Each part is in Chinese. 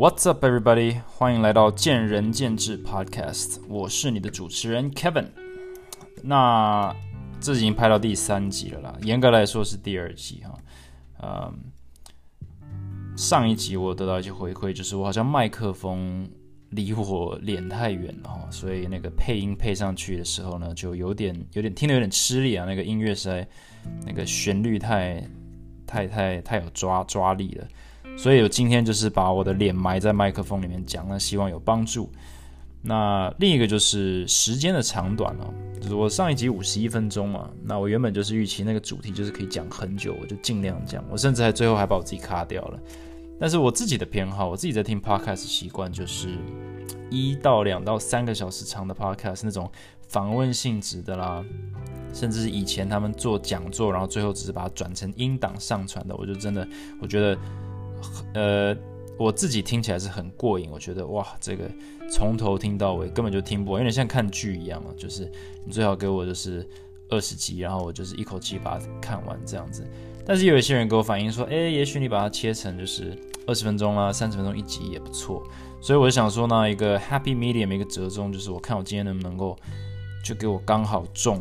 What's up, everybody？ 欢迎来到见仁见智 Podcast， 我是你的主持人 Kevin。那这已经拍到第3集了啦，严格来说是第2集哈。上一集我得到一些回馈，就是我好像麦克风离我脸太远了哈，所以那个配音配上去的时候呢，就有点听得有点吃力啊。那个音乐实在那个旋律太有抓力了。所以我今天就是把我的脸埋在麦克风里面讲，那希望有帮助。那另一个就是时间的长短哦，就是我上一集51分钟嘛，那我原本就是预期那个主题就是可以讲很久，我就尽量讲，我甚至最后还把我自己卡掉了。但是我自己的偏好，我自己在听 podcast 习惯就是1到2到3个小时长的 podcast， 那种访问性质的啦，甚至是以前他们做讲座，然后最后只是把它转成音档上传的，我觉得我自己听起来是很过瘾，我觉得哇，这个从头听到尾根本就听不完，有点像看剧一样，就是你最好给我就是20集，然后我就是一口气把它看完这样子。但是有一些人给我反映说，也许你把它切成就是20分钟啦、30分钟一集也不错。所以我就想说呢，一个 happy medium， 一个折中，就是我看我今天能不能够就给我刚好中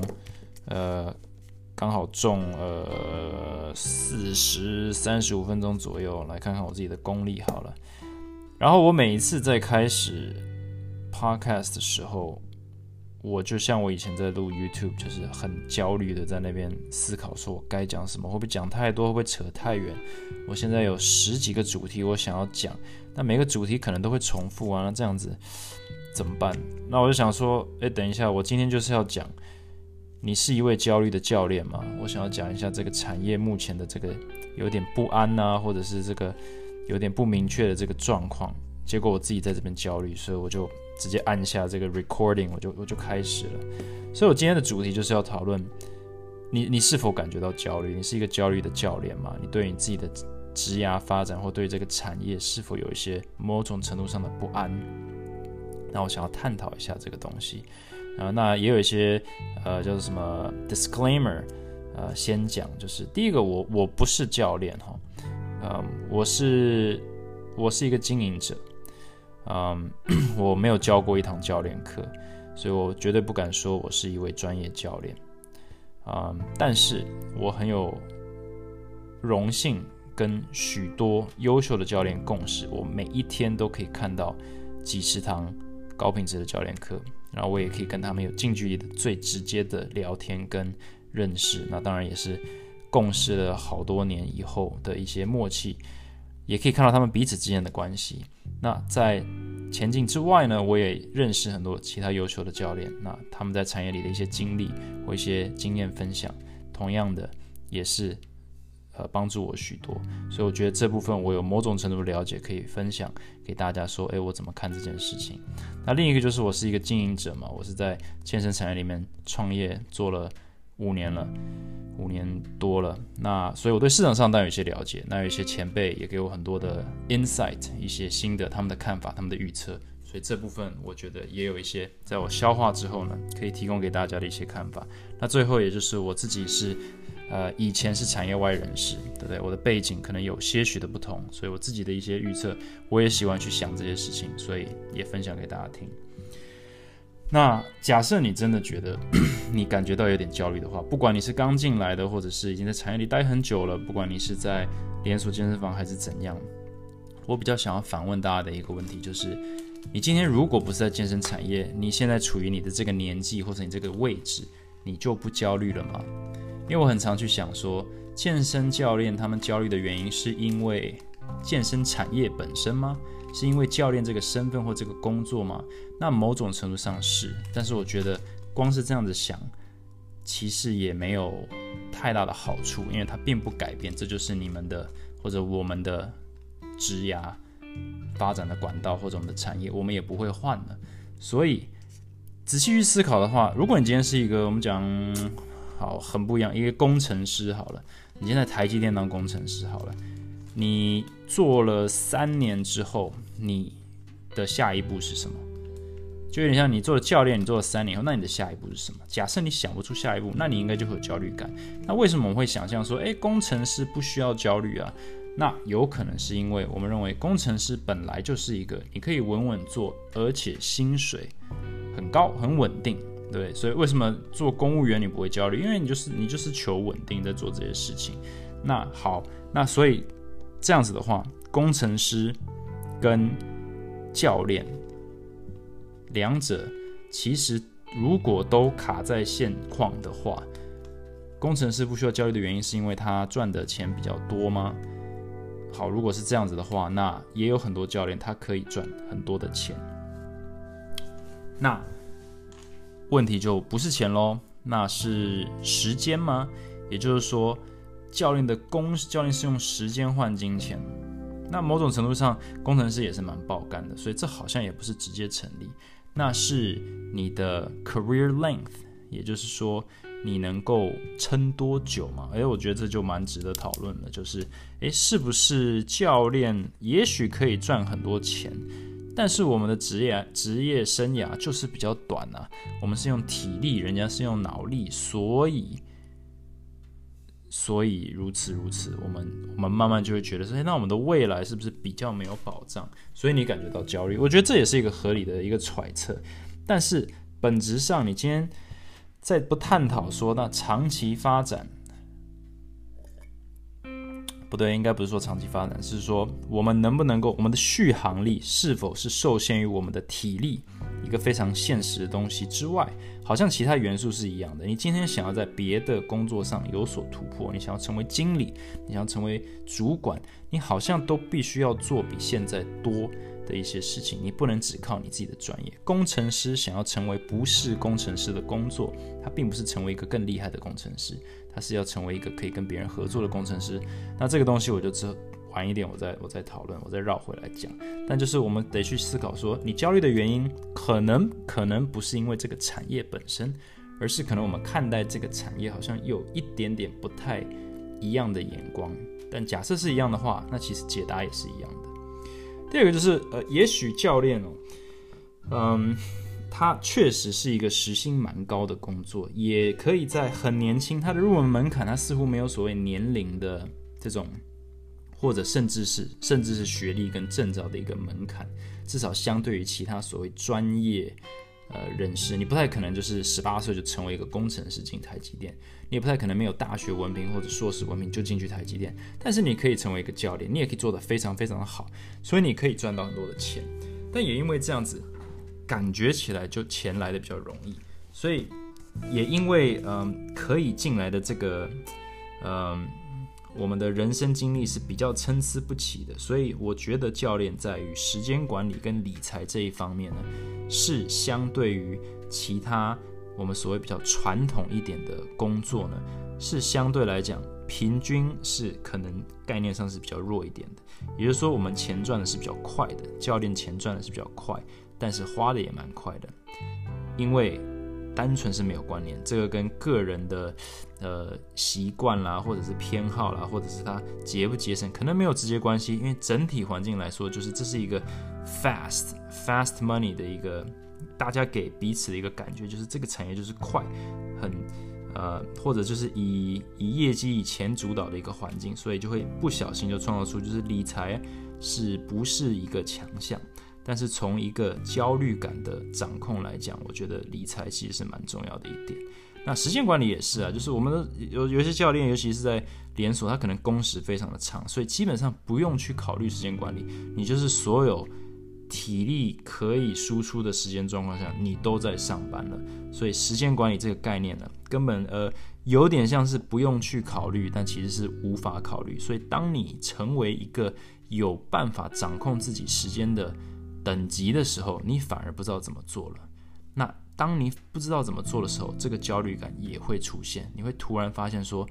35分钟左右，来看看我自己的功力好了。然后我每一次在开始 podcast 的时候，我就像我以前在录 YouTube， 就是很焦虑的在那边思考，说我该讲什么，会不会讲太多，会不会扯太远。我现在有10几个主题我想要讲，那每个主题可能都会重复啊，那这样子怎么办？那我就想说，等一下，我今天就是要讲你是一位焦虑的教练吗？我想要讲一下这个产业目前的这个有点不安啊，或者是这个有点不明确的这个状况。结果我自己在这边焦虑，所以我就直接按下这个 recording， 我就开始了。所以我今天的主题就是要讨论你是否感觉到焦虑？你是一个焦虑的教练吗？你对你自己的职涯发展或对这个产业是否有一些某种程度上的不安？那我想要探讨一下这个东西。那也有一些叫做什么 disclaimer， 先讲，就是第一个，我不是教练哈，我是一个经营者，我没有教过一堂教练课，所以我绝对不敢说我是一位专业教练，但是我很有荣幸跟许多优秀的教练共事，我每一天都可以看到几十堂高品质的教练课。然后我也可以跟他们有近距离的最直接的聊天跟认识，那当然也是共事了好多年以后的一些默契，也可以看到他们彼此之间的关系。那在前进之外呢，我也认识很多其他优秀的教练，那他们在产业里的一些经历或一些经验分享，同样的也是帮助我许多，所以我觉得这部分我有某种程度的了解，可以分享给大家说，我怎么看这件事情。那另一个就是我是一个经营者嘛，我是在健身产业里面创业做了5年了，5年多了。那所以我对市场上当然有一些了解，那有一些前辈也给我很多的 insight， 一些新的他们的看法，他们的预测。所以这部分我觉得也有一些在我消化之后呢，可以提供给大家的一些看法。那最后也就是我自己是以前是产业外人士，对不对？我的背景可能有些许的不同，所以我自己的一些预测，我也喜欢去想这些事情，所以也分享给大家听。那假设你真的觉得你感觉到有点焦虑的话，不管你是刚进来的，或者是已经在产业里待很久了，不管你是在连锁健身房还是怎样，我比较想要反问大家的一个问题就是，你今天如果不是在健身产业，你现在处于你的这个年纪或者你这个位置，你就不焦虑了吗？因为我很常去想说，健身教练他们焦虑的原因是因为健身产业本身吗？是因为教练这个身份或这个工作吗？那某种程度上是，但是我觉得光是这样子想，其实也没有太大的好处，因为它并不改变，这就是你们的或者我们的职涯发展的管道或者我们的产业，我们也不会换了。所以仔细去思考的话，如果你今天是一个我们讲好很不一样，一个工程师好了，你现在台积电当工程师好了，你做了3年之后，你的下一步是什么？就有点像你做了教练，你做了3年后，那你的下一步是什么？假设你想不出下一步，那你应该就会有焦虑感。那为什么我们会想象说，工程师不需要焦虑啊？ 那有可能是因为我们认为工程师本来就是一个你可以稳稳做，而且薪水很高很稳定，对不对？所以为什么做公务员你不会焦虑？因为你就是求稳定在做这些事情。那好，那所以这样子的话，工程师跟教练两者其实如果都卡在现况的话，工程师不需要焦虑的原因是因为他赚的钱比较多吗？好，如果是这样子的话，那也有很多教练他可以赚很多的钱。那问题就不是钱咯，那是时间吗？也就是说，教练是用时间换金钱。那某种程度上，工程师也是蛮爆干的，所以这好像也不是直接成立。那是你的 career length， 也就是说你能够撑多久嘛？我觉得这就蛮值得讨论的，就是是不是教练也许可以赚很多钱，但是我们的职业生涯就是比较短啊，我们是用体力，人家是用脑力，所以如此，我们慢慢就会觉得说，那我们的未来是不是比较没有保障？所以你感觉到焦虑，我觉得这也是一个合理的一个揣测。但是本质上，你今天在不探讨说，那长期发展，不对，应该不是说长期发展，是说我们能不能够，我们的续航力是否是受限于我们的体力一个非常现实的东西之外，好像其他元素是一样的。你今天想要在别的工作上有所突破，你想要成为经理，你想要成为主管，你好像都必须要做比现在多的一些事情，你不能只靠你自己的专业。工程师想要成为不是工程师的工作，他并不是成为一个更厉害的工程师，他是要成为一个可以跟别人合作的工程师。那这个东西我就之后晚一点我再讨论，我再绕回来讲。但就是我们得去思考说，你焦虑的原因可能不是因为这个产业本身，而是可能我们看待这个产业好像有一点点不太一样的眼光。但假设是一样的话，那其实解答也是一样的。第二个就是也许教练他确实是一个时薪蛮高的工作，也可以在很年轻，他的入门门槛他似乎没有所谓年龄的这种，或者甚至是学历跟证照的一个门槛，至少相对于其他所谓专业人士，你不太可能就是18岁就成为一个工程师进台积电，你也不太可能没有大学文凭或者硕士文凭就进去台积电，但是你可以成为一个教练，你也可以做得非常非常的好，所以你可以赚到很多的钱。但也因为这样子，感觉起来就钱来的比较容易，所以也因为可以进来的这个我们的人生经历是比较参差不齐的，所以我觉得教练在于时间管理跟理财这一方面呢，是相对于其他我们所谓比较传统一点的工作呢，是相对来讲平均是可能概念上是比较弱一点的。也就是说，我们钱赚的是比较快的，教练钱赚的是比较快，但是花的也蛮快的，因为单纯是没有关联，这个跟个人的习惯啦，或者是偏好啦，或者是他节不节省，可能没有直接关系。因为整体环境来说，就是这是一个 fast money 的一个，大家给彼此的一个感觉，就是这个产业就是快，很或者就是以业绩以钱主导的一个环境，所以就会不小心就创造出就是理财是不是一个强项。但是从一个焦虑感的掌控来讲，我觉得理财其实是蛮重要的一点。那时间管理也是啊，就是我们的有些教练，尤其是在连锁，他可能工时非常的长，所以基本上不用去考虑时间管理，你就是所有体力可以输出的时间状况下，你都在上班了。所以时间管理这个概念呢，根本有点像是不用去考虑，但其实是无法考虑。所以当你成为一个有办法掌控自己时间的等级的时候，你反而不知道怎么做了。那当你不知道怎么做的时候，这个焦虑感也会出现，你会突然发现说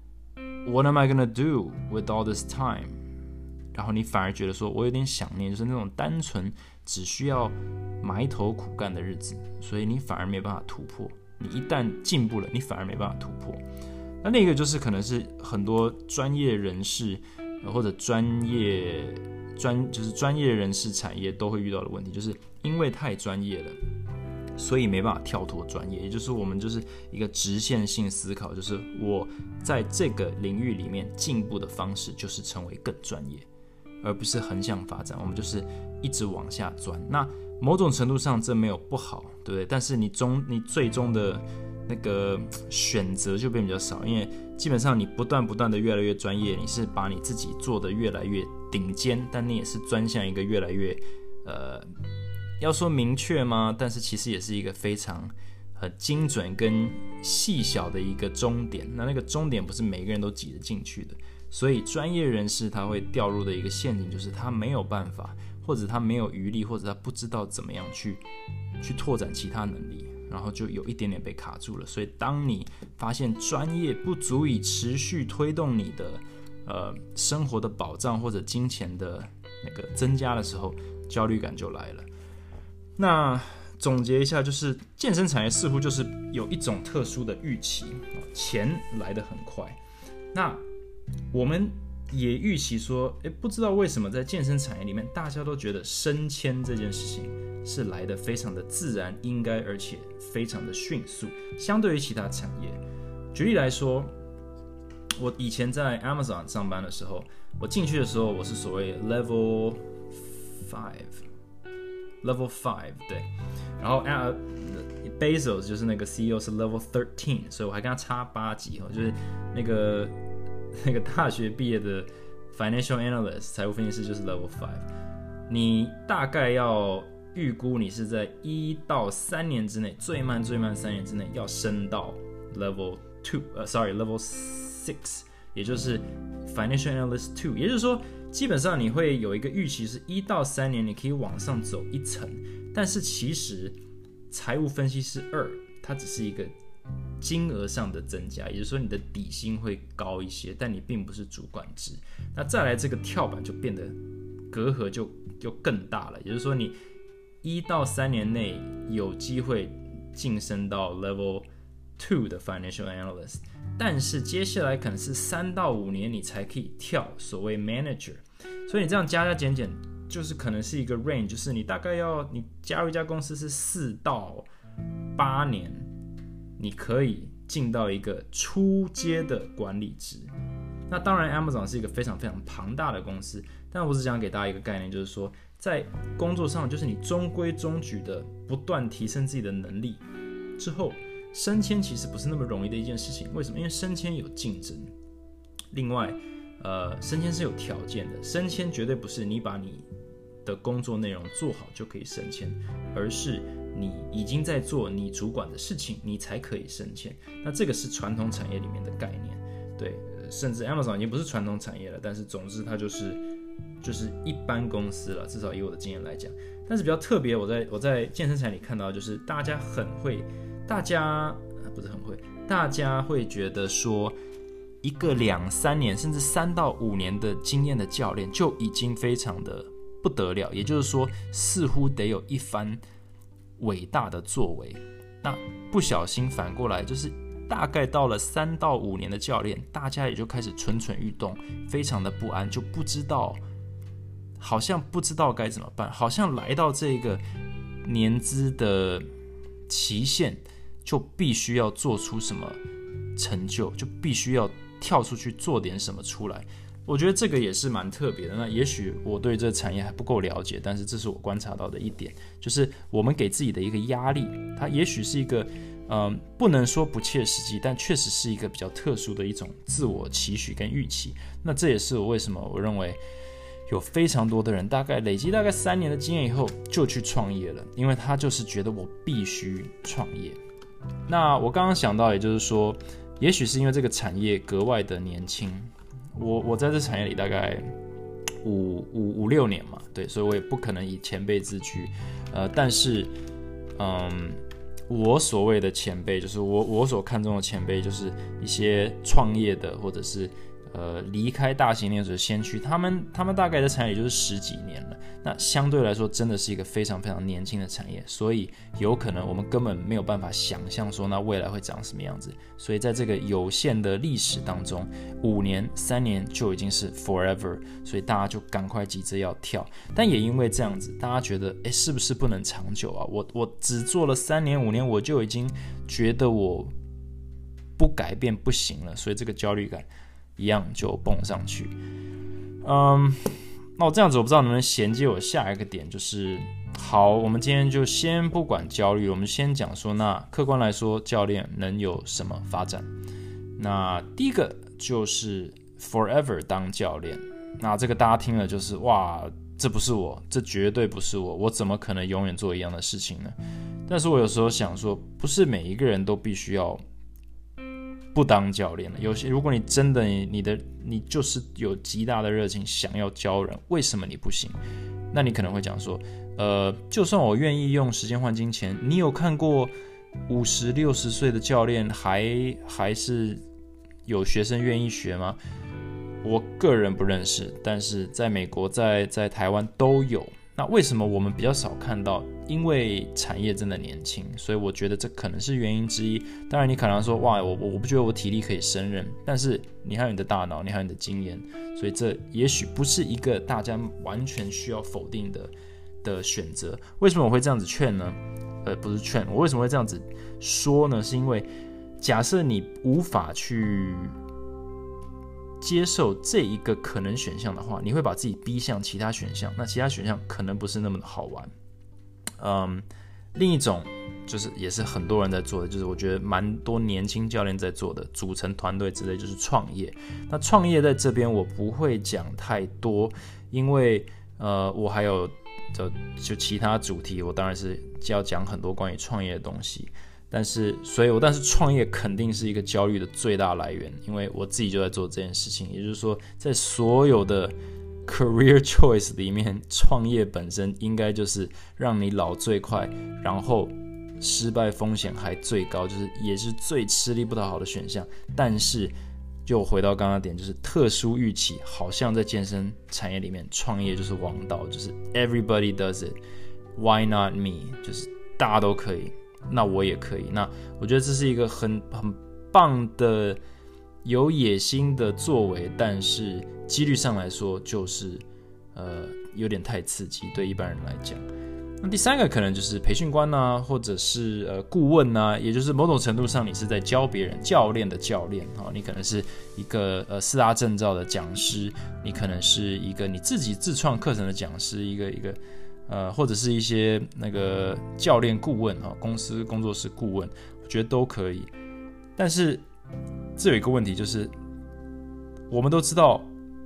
What am I gonna do with all this time？ 然后你反而觉得说我有点想念，就是那种单纯只需要埋头苦干的日子，所以你反而没办法突破。你一旦进步了，你反而没办法突破。那另一个就是可能是很多专业人士或者专业人士产业都会遇到的问题，就是因为太专业了， 所以没办法跳脱专业，也就是我们就是一个直线性思考，就是我在这个领域里面进步的方式就是成为更专业，而不是横向发展，我们就是一直往下钻。那某种程度上这没有不好，对不对？但是你最终的那个选择就变比较少，因为基本上你不断的越来越专业，你是把你自己做的越来越顶尖，但你也是钻向一个越来越要说明确吗？但是其实也是一个非常很精准跟细小的一个终点。那个终点不是每个人都挤得进去的，所以专业人士他会掉入的一个陷阱就是他没有办法，或者他没有余力，或者他不知道怎么样去拓展其他能力，然后就有一点点被卡住了。所以当你发现专业不足以持续推动你的生活的保障或者金钱的那个增加的时候，焦虑感就来了。那总结一下，就是健身产业似乎就是有一种特殊的预期，钱来得很快。那我们也预期说，不知道为什么在健身产业里面，大家都觉得升迁这件事情是来得非常的自然、应该，而且非常的迅速，相对于其他产业。举例来说，我以前在 Amazon 上班的时候，我进去的时候我是所谓 Level 5，对，然后Bezos 就是那个 CEO 是 Level 13，所以我还跟他差8级，就是那个大学毕业的 Financial Analyst 财务分析师就是 Level 5，你大概要预估你是在1到3年之内，最慢3年之内要升到 Level 6，也就是 Financial Analyst 2，也就是说基本上你会有一个预期是1到3年你可以往上走一层，但是其实财务分析师2它只是一个金额上的增加，也就是说你的底薪会高一些，但你并不是主管职。那再来这个跳板就变得隔阂就更大了，也就是说你1到3年内有机会晋升到 Level 2的 Financial Analyst， 但是接下来可能是3到5年你才可以跳所谓 Manager， 所以你这样加减就是可能是一个 range， 就是你大概你加入一家公司是4到8年，你可以进到一个初阶的管理职。那当然 Amazon 是一个非常非常庞大的公司，但我只想给大家一个概念，就是说在工作上，就是你中规中矩的不断提升自己的能力之后，升迁其实不是那么容易的一件事情。为什么？因为升迁有竞争，另外升迁是有条件的，升迁绝对不是你把你的工作内容做好就可以升迁，而是你已经在做你主管的事情，你才可以升迁。那这个是传统产业里面的概念，对，甚至 Amazon 已经不是传统产业了，但是总之它就是一般公司了，至少以我的经验来讲。但是比较特别，我在健身产业里看到，就是大家会觉得说，一个2-3年甚至3到5年的经验的教练就已经非常的不得了，也就是说，似乎得有一番伟大的作为。那不小心反过来，就是大概到了3到5年的教练，大家也就开始蠢蠢欲动，非常的不安，就好像不知道该怎么办，好像来到这个年资的期限，就必须要做出什么成就，就必须要跳出去做点什么出来。我觉得这个也是蛮特别的。那也许我对这个产业还不够了解，但是这是我观察到的一点，就是我们给自己的一个压力，它也许是一个不能说不切实际，但确实是一个比较特殊的一种自我期许跟预期。那这也是我为什么我认为有非常多的人累积3年的经验以后就去创业了，因为他就是觉得我必须创业。那我刚刚想到，也就是说，也许是因为这个产业格外的年轻，我在这产业里大概5-6年嘛，对，所以我也不可能以前辈自居，但是我所谓的前辈，就是我所看重的前辈，就是一些创业的或者是离开大型连锁先驱，他们大概在产业里就是10几年了。 那相对来说真的是一个非常非常年轻的产业，所以有可能我们根本没有办法想象说那未来会长什么样子。所以在这个有限的历史当中，5年、3年就已经是 forever， 所以大家就赶快急着要跳。但也因为这样子，大家觉得是不是不能长久啊？我只做了3年5年，我就已经觉得我不改变不行了，所以这个焦虑感一样就蹦上去。那我这样子我不知道能不能衔接我下一个点，就是好，我们今天就先不管焦虑，我们先讲说，那客观来说教练能有什么发展。那第一个就是 forever 当教练，那这个大家听了就是哇，这不是我，这绝对不是我，我怎么可能永远做一样的事情呢？但是我有时候想说，不是每一个人都必须要不当教练的。有些，如果你真的你就是有极大的热情想要教人，为什么你不行？那你可能会讲说，就算我愿意用时间换金钱，你有看过50、60岁的教练还是有学生愿意学吗？我个人不认识，但是在美国、在台湾都有。那为什么我们比较少看到？因为产业真的年轻，所以我觉得这可能是原因之一。当然，你可能说，哇，我不觉得我体力可以胜任，但是你还有你的大脑，你还有你的经验，所以这也许不是一个大家完全需要否定的选择。为什么我会这样子劝呢？不是劝，我为什么会这样子说呢？是因为假设你无法去接受这一个可能选项的话，你会把自己逼向其他选项，那其他选项可能不是那么的好玩。另一种就是也是很多人在做的，就是我觉得蛮多年轻教练在做的，组成团队之类，就是创业。那创业在这边我不会讲太多，因为我还有就其他主题，我当然是要讲很多关于创业的东西。但是创业肯定是一个焦虑的最大来源，因为我自己就在做这件事情。也就是说，在所有的 career choice 里面，创业本身应该就是让你老最快，然后失败风险还最高，就是也是最吃力不讨好的选项。但是就回到刚刚的点，就是特殊预期，好像在健身产业里面，创业就是王道，就是 everybody does it，why not me？ 就是大家都可以。那我也可以。那我觉得这是一个很棒的有野心的作为，但是几率上来说就是有点太刺激，对一般人来讲。那第三个可能就是培训官啊，或者是顾问啊，也就是某种程度上你是在教别人，教练的教练，你可能是一个4大证照的讲师，你可能是一个你自己自创课程的讲师，一个或者是一些那个教练顾问，公司工作室顾问，我觉得都可以。但是这有一个问题，就是我们都知道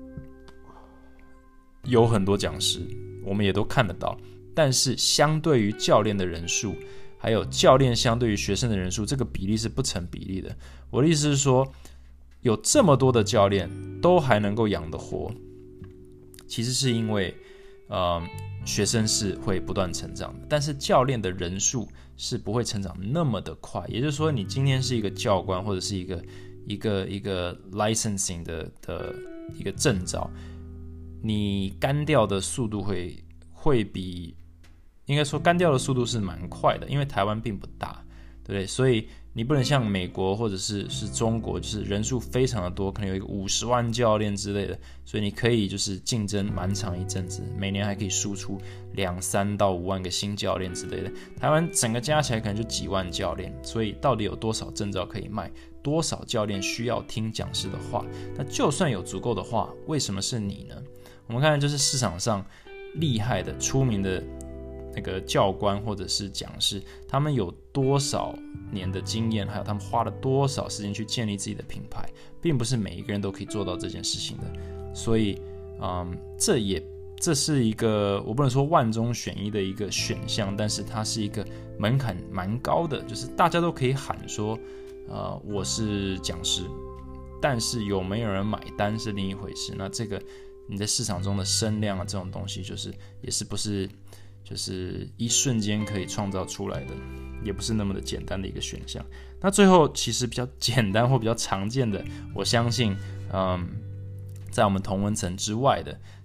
有很多讲师，我们也都看得到，但是相对于教练的人数，还有教练相对于学生的人数，这个比例是不成比例的。我的意思是说，有这么多的教练都还能够养得活，其实是因为学生是会不断成长的，但是教练的人数是不会成长那么的快。也就是说，你今天是一个教官，或者是一个 licensing 的一个证照，你干掉的速度会比，应该说干掉的速度是蛮快的，因为台湾并不大，对不对？所以你不能像美国或者是中国，就是人数非常的多，可能有一个50万教练之类的，所以你可以就是竞争蛮长一阵子，每年还可以输出2-3到5万个新教练之类的。台湾整个加起来可能就几万教练，所以到底有多少证照可以卖？多少教练需要听讲师的话？那就算有足够的话，为什么是你呢？我们看就是市场上厉害的、出名的那个教官或者是讲师，他们有多少年的经验，还有他们花了多少时间去建立自己的品牌，并不是每一个人都可以做到这件事情的。所以，这是一个我不能说万中选一的一个选项，但是它是一个门槛蛮高的，就是大家都可以喊说，我是讲师，但是有没有人买单是另一回事。那这个你在市场中的声量啊，这种东西也是不是就是一瞬间可以创造出来的，也不是那么的简单的一个选项。那最后其实比较简单或比较常见的，我相信在我们同温层之外的，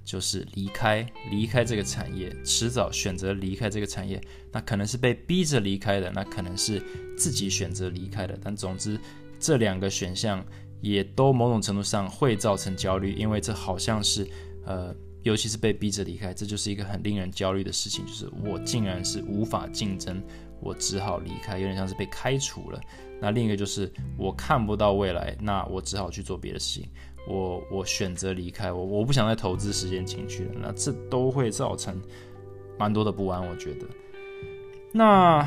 就是离开这个产业，迟早选择离开这个产业。那可能是被逼着离开的，那可能是自己选择离开的。但总之，这2个选项也都某种程度上会造成焦虑，因为这好像是尤其是被逼着离开，这就是一个很令人焦虑的事情，就是我竟然是无法竞争，我只好离开，有点像是被开除了。那另一个就是我看不到未来，那我只好去做别的事情，我选择离开，我不想再投资时间进去了，那这都会造成蛮多的不安，我觉得。那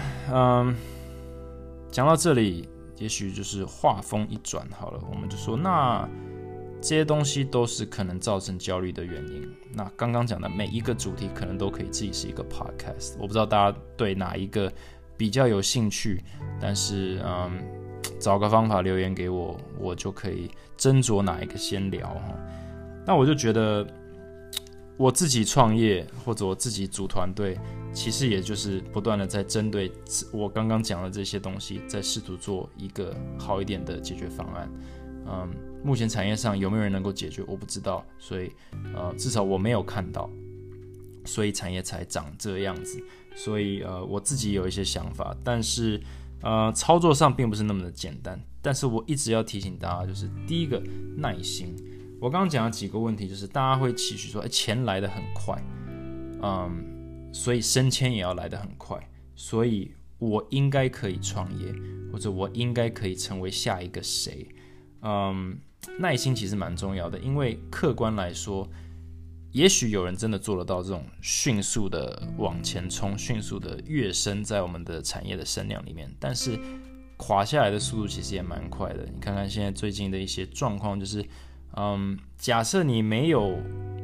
讲到这里，也许就是话锋一转好了，我们就说那这些东西都是可能造成焦虑的原因。那刚刚讲的每一个主题可能都可以自己是一个 podcast， 我不知道大家对哪一个比较有兴趣，但是找个方法留言给我，我就可以斟酌哪一个先聊。那我就觉得我自己创业或者我自己组团队，其实也就是不断的在针对我刚刚讲的这些东西，在试图做一个好一点的解决方案。目前产业上有没有人能够解决，我不知道，所以至少我没有看到，所以产业才长这样子。所以我自己有一些想法，但是操作上并不是那么的简单。但是我一直要提醒大家，就是第一个耐心。我刚刚讲了几个问题，就是大家会期许说，钱来得很快，所以升迁也要来得很快，所以我应该可以创业，或者我应该可以成为下一个谁。耐心其实蛮重要的，因为客观来说，也许有人真的做得到这种迅速的往前冲，迅速的跃升在我们的产业的声量里面，但是垮下来的速度其实也蛮快的。你看看现在最近的一些状况，就是假设你没有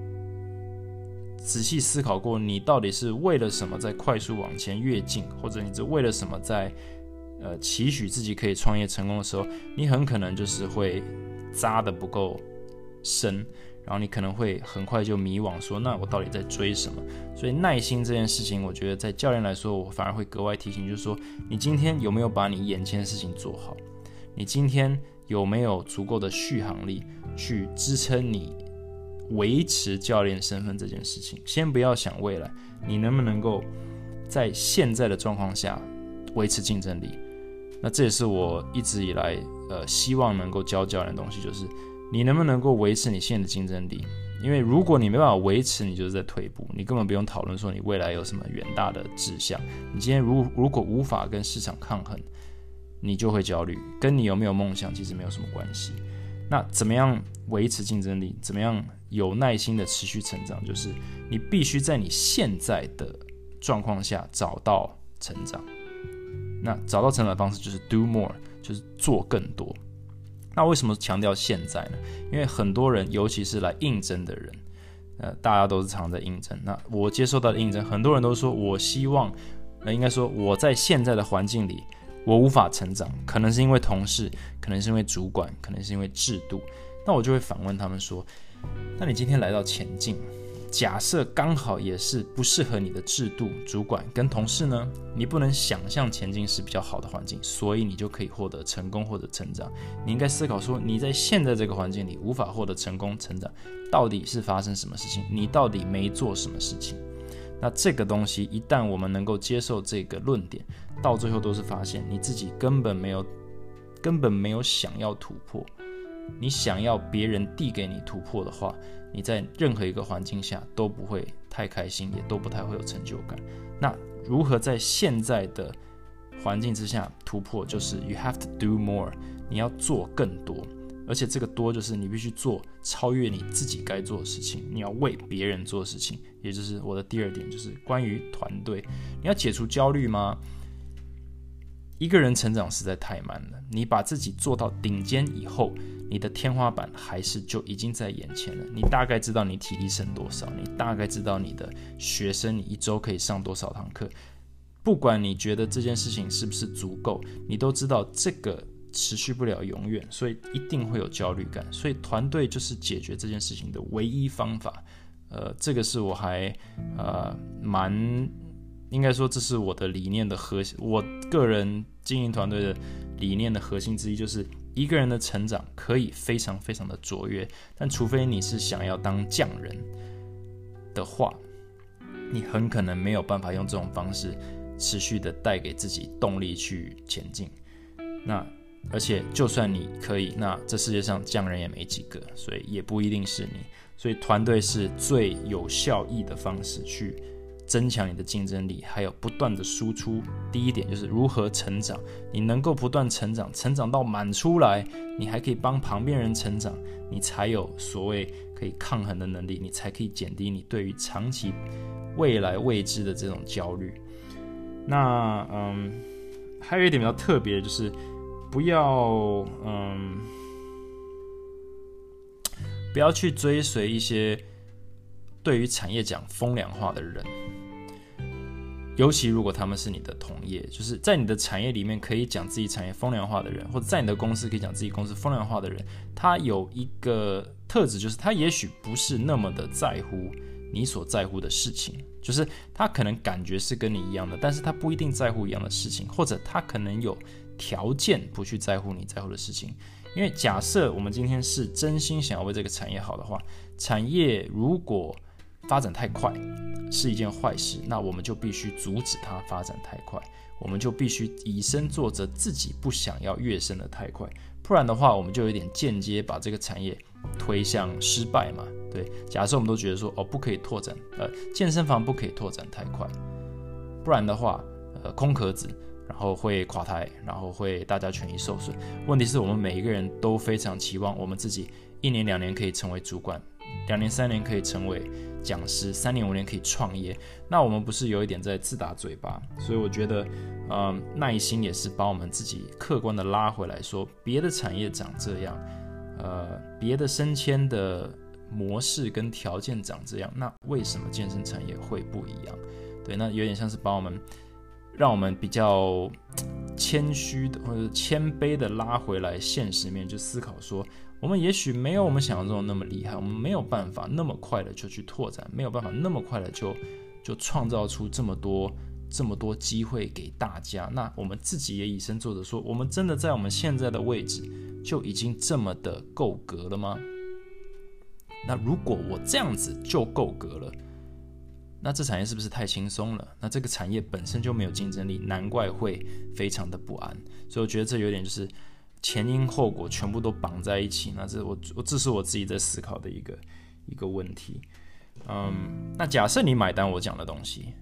仔细思考过，你到底是为了什么在快速往前跃进，或者你是为了什么在期许自己可以创业成功的时候，你很可能就是会扎得不够深，然后你可能会很快就迷惘说，那我到底在追什么？所以耐心这件事情，我觉得在教练来说，我反而会格外提醒，就是说你今天有没有把你眼前的事情做好，你今天有没有足够的续航力去支撑你维持教练身份这件事情。先不要想未来，你能不能够在现在的状况下维持竞争力。那这也是我一直以来希望能够教教练的东西，就是你能不能够维持你现在的竞争力。因为如果你没办法维持，你就是在退步，你根本不用讨论说你未来有什么远大的志向。你今天如果无法跟市场抗衡，你就会焦虑，跟你有没有梦想其实没有什么关系。那怎么样维持竞争力，怎么样有耐心的持续成长，就是你必须在你现在的状况下找到成长。那找到成长的方式就是 do more， 就是做更多。那为什么强调现在呢？因为很多人，尤其是来应征的人，大家都是常在应征。那我接受到的应征，很多人都说我希望，应该说我在现在的环境里，我无法成长，可能是因为同事，可能是因为主管，可能是因为制度。那我就会反问他们说，那你今天来到前进，假设刚好也是不适合你的制度、主管跟同事呢，你不能想象前进是比较好的环境，所以你就可以获得成功或者成长。你应该思考说，你在现在这个环境里无法获得成功成长，到底是发生什么事情？你到底没做什么事情？那这个东西一旦我们能够接受这个论点，到最后都是发现你自己根本没有想要突破。你想要别人递给你突破的话，你在任何一个环境下都不会太开心，也都不太会有成就感。那如何在现在的环境之下突破，就是 you have to do more， 你要做更多，而且这个多就是你必须做超越你自己该做的事情，你要为别人做事情。也就是我的第二点，就是关于团队，你要解除焦虑吗？一个人成长实在太慢了，你把自己做到顶尖以后，你的天花板还是就已经在眼前了。你大概知道你体力剩多少，你大概知道你的学生你一周可以上多少堂课，不管你觉得这件事情是不是足够，你都知道这个持续不了永远，所以一定会有焦虑感。所以团队就是解决这件事情的唯一方法。这个是我还应该说这是我的理念的核心，我个人经营团队的理念的核心之一，就是一个人的成长可以非常非常的卓越，但除非你是想要当匠人， 的话，你很可能没有办法用这种方式持续的带给自己动力去前进。那而且就算你可以，那这世界上这样人也没几个，所以也不一定是你。所以团队是最有效益的方式去增强你的竞争力，还有不断的输出。第一点就是如何成长，你能够不断成长，成长到满出来，你还可以帮旁边人成长，你才有所谓可以抗衡的能力，你才可以减低你对于长期未来未知的这种焦虑。那还有一点比较特别的就是不要去追随一些对于产业讲风凉话的人，尤其如果他们是你的同业，就是在你的产业里面可以讲自己产业风凉话的人，或者在你的公司可以讲自己公司风凉话的人，他有一个特质，就是他也许不是那么的在乎你所在乎的事情，就是他可能感觉是跟你一样的，但是他不一定在乎一样的事情，或者他可能有条件不去在乎你在乎的事情。因为假设我们今天是真心想要为这个产业好的话，产业如果发展太快是一件坏事，那我们就必须阻止它发展太快，我们就必须以身作则，自己不想要跃升的太快，不然的话我们就有点间接把这个产业推向失败嘛。对，假设我们都觉得说不可以拓展健身房不可以拓展太快，不然的话空壳子，然后会垮台，然后会大家权益受损。问题是我们每一个人都非常期望我们自己1年2年可以成为主管，2年3年可以成为讲师，3年5年可以创业，那我们不是有一点在自打嘴巴？所以我觉得耐心也是把我们自己客观的拉回来说，别的产业长这样，别的升迁的模式跟条件长这样，那为什么健身产业会不一样？对，那有点像是把让我们比较谦虚的或者谦卑的拉回来现实面，就思考说，我们也许没有我们想象中的那么厉害，我们没有办法那么快的就去拓展，没有办法那么快的就创造出这么多机会给大家。那我们自己也以身作则说，我们真的在我们现在的位置就已经这么的够格了吗？那如果我这样子就够格了，那这产业是不是太轻松了？那这个产业本身就没有竞争力，难怪会非常的不安。所以我觉得这有点就是前因后果全部都绑在一起。那这是我自己在思考的一个问题。那假设你买单我讲的东西，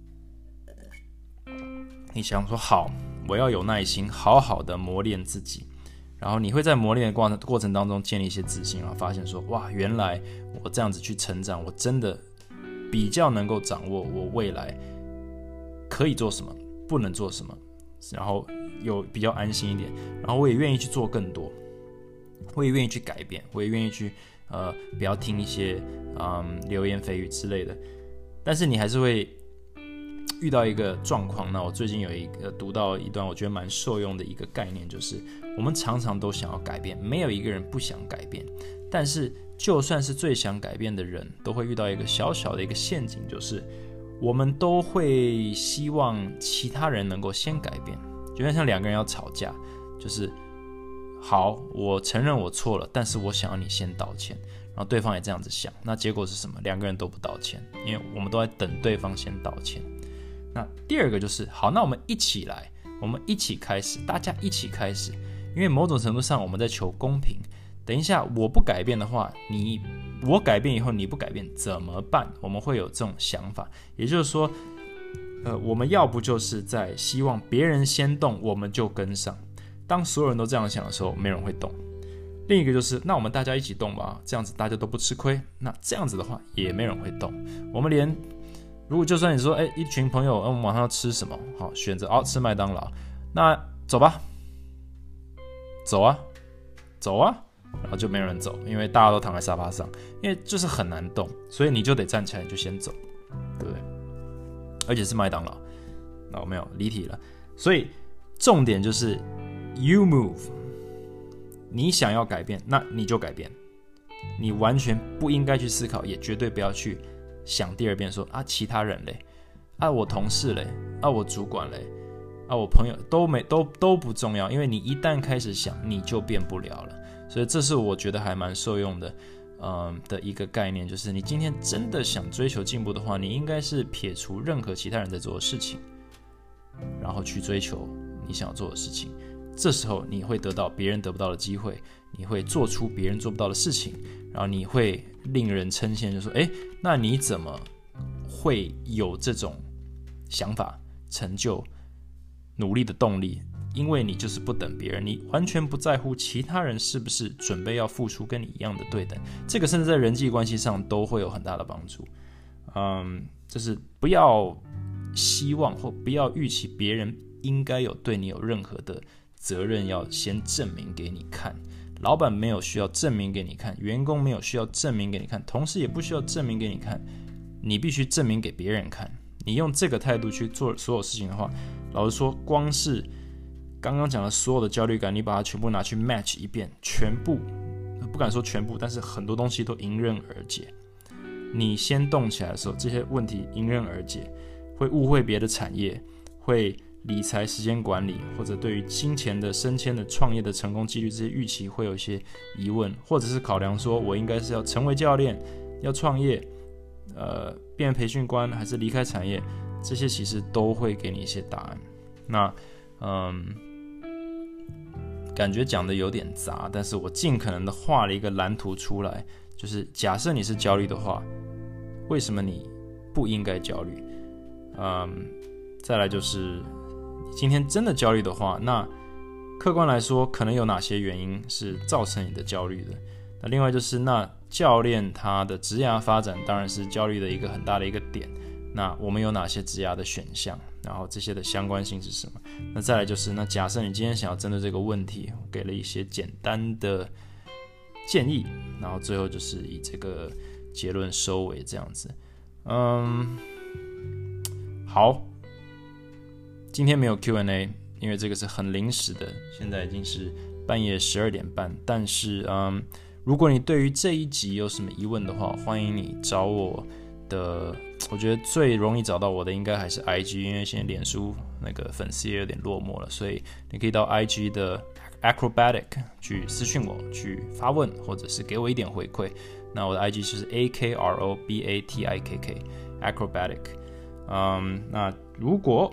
你想说好，我要有耐心，好好的磨练自己。然后你会在磨练的过程当中建立一些自信，然后发现说，哇，原来我这样子去成长，我真的比较能够掌握我未来可以做什么，不能做什么，然后有比较安心一点，然后我也愿意去做更多，我也愿意去改变，我也愿意去不要听一些流言蜚语之类的。但是你还是会遇到一个状况，那我最近读到一段我觉得蛮受用的一个概念，就是我们常常都想要改变，没有一个人不想改变，但是就算是最想改变的人，都会遇到一个小小的一个陷阱，就是我们都会希望其他人能够先改变，就像两个人要吵架，就是好，我承认我错了，但是我想要你先道歉，然后对方也这样子想，那结果是什么？两个人都不道歉，因为我们都在等对方先道歉。那第二个就是好，那我们一起来，我们一起开始，大家一起开始，因为某种程度上我们在求公平。等一下我不改变的话，我改变以后你不改变怎么办？我们会有这种想法，也就是说我们要不就是在希望别人先动我们就跟上，当所有人都这样想的时候没人会动。另一个就是那我们大家一起动吧，这样子大家都不吃亏，那这样子的话也没人会动。我们连如果就算你说一群朋友我们晚上要吃什么，好，选择吃麦当劳，那走吧，走啊，然后就没有人走，因为大家都躺在沙发上，因为就是很难动，所以你就得站起来，你就先走，对不对？而且是麦当劳，那我没有离题了。所以重点就是 you move， 你想要改变，那你就改变，你完全不应该去思考，也绝对不要去想第二遍说其他人嘞，我同事嘞，我主管嘞，我朋友都不重要，因为你一旦开始想，你就变不了了。所以这是我觉得还蛮受用的的一个概念，就是你今天真的想追求进步的话，你应该是撇除任何其他人在做的事情，然后去追求你想要做的事情。这时候你会得到别人得不到的机会，你会做出别人做不到的事情，然后你会令人称羡，就说那你怎么会有这种想法、成就、努力的动力？因为你就是不等别人，你完全不在乎其他人是不是准备要付出跟你一样的对等，这个甚至在人际关系上都会有很大的帮助。就是不要希望或不要预期别人应该有对你有任何的责任要先证明给你看。老板没有需要证明给你看，员工没有需要证明给你看，同事也不需要证明给你看，你必须证明给别人看。你用这个态度去做所有事情的话，老实说，光是刚刚讲的所有的焦虑感，你把它全部拿去 match 一遍，全部不敢说全部，但是很多东西都迎刃而解。你先动起来的时候，这些问题迎刃而解，会误会别的产业，会理财、时间管理，或者对于金钱的升迁的创业的成功几率这些预期会有一些疑问，或者是考量说我应该是要成为教练，要创业，变培训官，还是离开产业，这些其实都会给你一些答案。那感觉讲的有点杂，但是我尽可能的画了一个蓝图出来，就是假设你是焦虑的话，为什么你不应该焦虑？再来就是你今天真的焦虑的话，那客观来说可能有哪些原因是造成你的焦虑的？那另外就是那教练他的职涯发展当然是焦虑的一个很大的一个点，那我们有哪些职涯的选项，然后这些的相关性是什么？那再来就是那假设你今天想要针对这个问题，我给了一些简单的建议，然后最后就是以这个结论收尾这样子。好，今天没有 Q&A， 因为这个是很临时的，现在已经是半夜12点半。但是如果你对于这一集有什么疑问的话，欢迎你找我的。我觉得最容易找到我的应该还是 IG， 因为现在脸书那个粉丝也有点落寞了，所以你可以到 IG 的 Acrobatic 去私讯我，去发问，或者是给我一点回馈。那我的 IG 就是 AKROBATIKK Acrobatic。那如果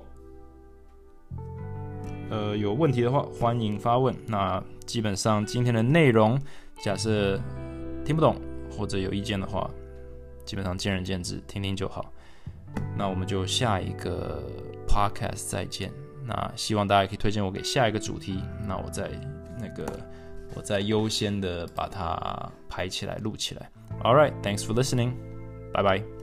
有问题的话，欢迎发问。那基本上今天的内容，假设听不懂或者有意见的话，基本上见仁见智，听听就好。那我们就下一个 podcast 再见。那希望大家可以推荐我给下一个主题，那我再优先的把它排起来录起来。All right, thanks for listening. Bye bye.